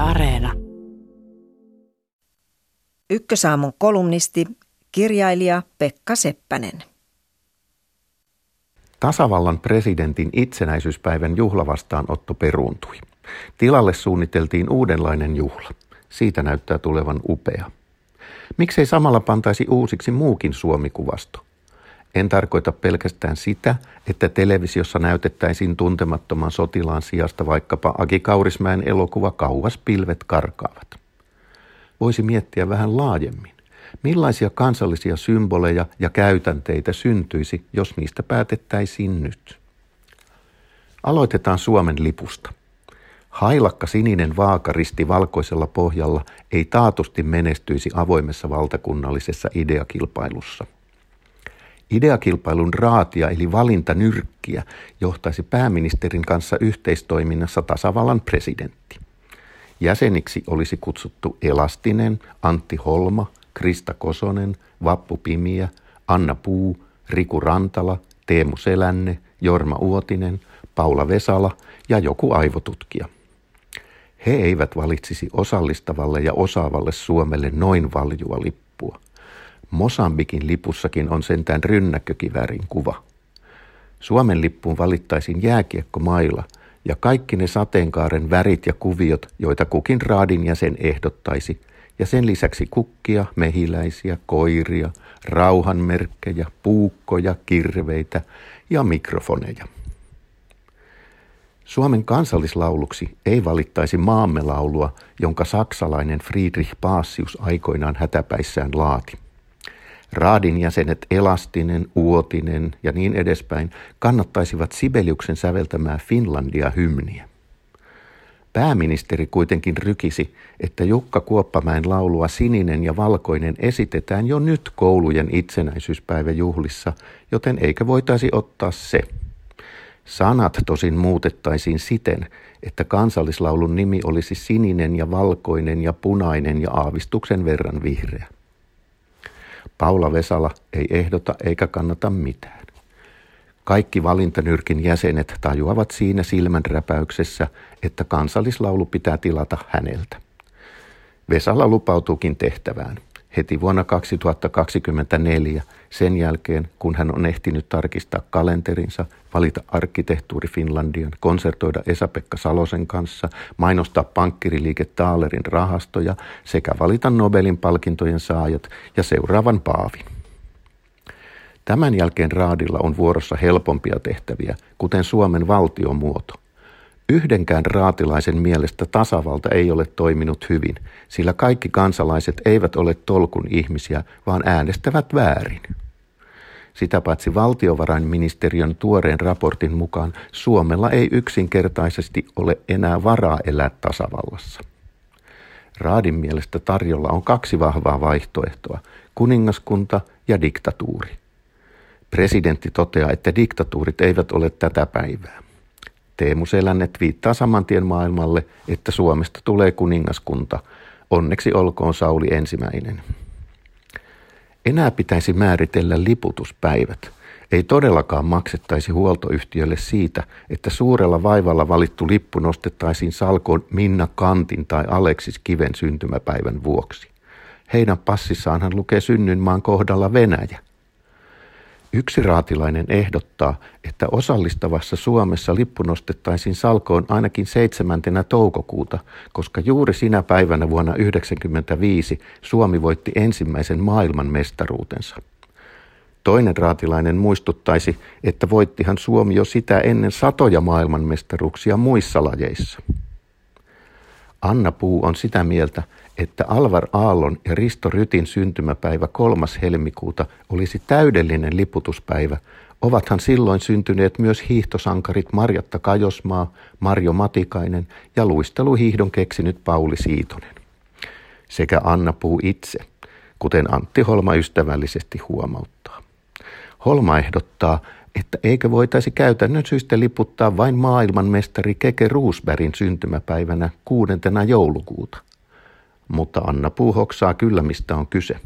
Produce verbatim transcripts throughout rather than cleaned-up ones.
Areena. Ykkösaamun kolumnisti, kirjailija Pekka Seppänen. Tasavallan presidentin itsenäisyyspäivän juhlavastaanotto peruuntui. Tilalle suunniteltiin uudenlainen juhla. Siitä näyttää tulevan upea. Miksei samalla pantaisi uusiksi muukin Suomi-kuvasto? En tarkoita pelkästään sitä, että televisiossa näytettäisiin tuntemattoman sotilaan sijasta vaikkapa Aki Kaurismäen elokuva Kauas pilvet karkaavat. Voisi miettiä vähän laajemmin, millaisia kansallisia symboleja ja käytänteitä syntyisi, jos niistä päätettäisiin nyt. Aloitetaan Suomen lipusta. Hailakka sininen vaakaristi valkoisella pohjalla ei taatusti menestyisi avoimessa valtakunnallisessa ideakilpailussa. Ideakilpailun raatia eli valintanyrkkiä johtaisi pääministerin kanssa yhteistoiminnassa tasavallan presidentti. Jäseniksi olisi kutsuttu Elastinen, Antti Holma, Krista Kosonen, Vappu Pimiä, Anna Puu, Riku Rantala, Teemu Selänne, Jorma Uotinen, Paula Vesala ja joku aivotutkija. He eivät valitsisi osallistavalle ja osaavalle Suomelle noin valjua lippua. Mosambikin lipussakin on sentään rynnäkkökiväärin kuva. Suomen lippuun valittaisiin jääkiekkomaila ja kaikki ne sateenkaaren värit ja kuviot, joita kukin raadin jäsen ehdottaisi, ja sen lisäksi kukkia, mehiläisiä, koiria, rauhanmerkkejä, puukkoja, kirveitä ja mikrofoneja. Suomen kansallislauluksi ei valittaisi maamme laulua, jonka saksalainen Friedrich Pacius aikoinaan hätäpäissään laati. Raadin jäsenet Elastinen, Uotinen ja niin edespäin kannattaisivat Sibeliuksen säveltämää Finlandia-hymniä. Pääministeri kuitenkin rykisi, että Jukka Kuoppamäen laulua Sininen ja valkoinen esitetään jo nyt koulujen itsenäisyyspäiväjuhlissa, joten eikö voitaisi ottaa se. Sanat tosin muutettaisiin siten, että kansallislaulun nimi olisi sininen ja valkoinen ja punainen ja aavistuksen verran vihreä. Paula Vesala ei ehdota eikä kannata mitään. Kaikki valintanyrkin jäsenet tajuavat siinä silmänräpäyksessä, että kansallislaulu pitää tilata häneltä. Vesala lupautuukin tehtävään. Heti vuonna kaksituhattakaksikymmentäneljä, sen jälkeen kun hän on ehtinyt tarkistaa kalenterinsa, valita arkkitehtuuri Finlandian, konsertoida Esa-Pekka Salosen kanssa, mainostaa pankkiriliike Taalerin rahastoja sekä valita Nobelin palkintojen saajat ja seuraavan paavin. Tämän jälkeen raadilla on vuorossa helpompia tehtäviä, kuten Suomen valtiomuoto. Yhdenkään raatilaisen mielestä tasavalta ei ole toiminut hyvin, sillä kaikki kansalaiset eivät ole tolkun ihmisiä, vaan äänestävät väärin. Sitä paitsi valtiovarainministeriön tuoreen raportin mukaan Suomella ei yksinkertaisesti ole enää varaa elää tasavallassa. Raadin mielestä tarjolla on kaksi vahvaa vaihtoehtoa, kuningaskunta ja diktatuuri. Presidentti toteaa, että diktatuurit eivät ole tätä päivää. Teemu Selänne viittaa saman tien maailmalle, että Suomesta tulee kuningaskunta. Onneksi olkoon Sauli ensimmäinen. Enää pitäisi määritellä liputuspäivät. Ei todellakaan maksettaisi huoltoyhtiölle siitä, että suurella vaivalla valittu lippu nostettaisiin salkoon Minna Kantin tai Aleksis Kiven syntymäpäivän vuoksi. Heidän passissaanhan lukee synnynmaan kohdalla Venäjä. Yksi raatilainen ehdottaa, että osallistavassa Suomessa lippu nostettaisiin salkoon ainakin seitsemäntenä toukokuuta, koska juuri sinä päivänä vuonna yhdeksänkymmentäviisi Suomi voitti ensimmäisen maailmanmestaruutensa. Toinen raatilainen muistuttaisi, että voittihan Suomi jo sitä ennen satoja maailmanmestaruuksia muissa lajeissa. Anna Puu on sitä mieltä, että Alvar Aallon ja Risto Rytin syntymäpäivä kolmas helmikuuta olisi täydellinen liputuspäivä. Ovathan silloin syntyneet myös hiihtosankarit Marjatta Kajosmaa, Marjo Matikainen ja luisteluhiihdon keksinyt Pauli Siitonen. Sekä Anna Puu itse, kuten Antti Holma ystävällisesti huomauttaa. Holma ehdottaa, että eikö voitaisi käytännön syystä liputtaa vain maailmanmestari Keke Roosbergin syntymäpäivänä kuudentena joulukuuta. Mutta Anna Puu hoksaa kyllä, mistä on kyse.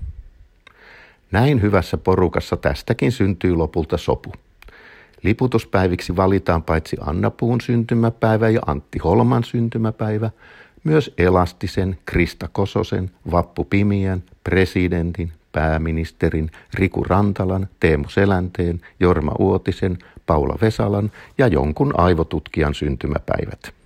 Näin hyvässä porukassa tästäkin syntyy lopulta sopu. Liputuspäiviksi valitaan paitsi Anna Puun syntymäpäivä ja Antti Holman syntymäpäivä, Myös Elastisen, Krista Kososen, Vappu Pimiän, presidentin, pääministerin, Riku Rantalan, Teemu Selänteen, Jorma Uotisen, Paula Vesalan ja jonkun aivotutkijan syntymäpäivät.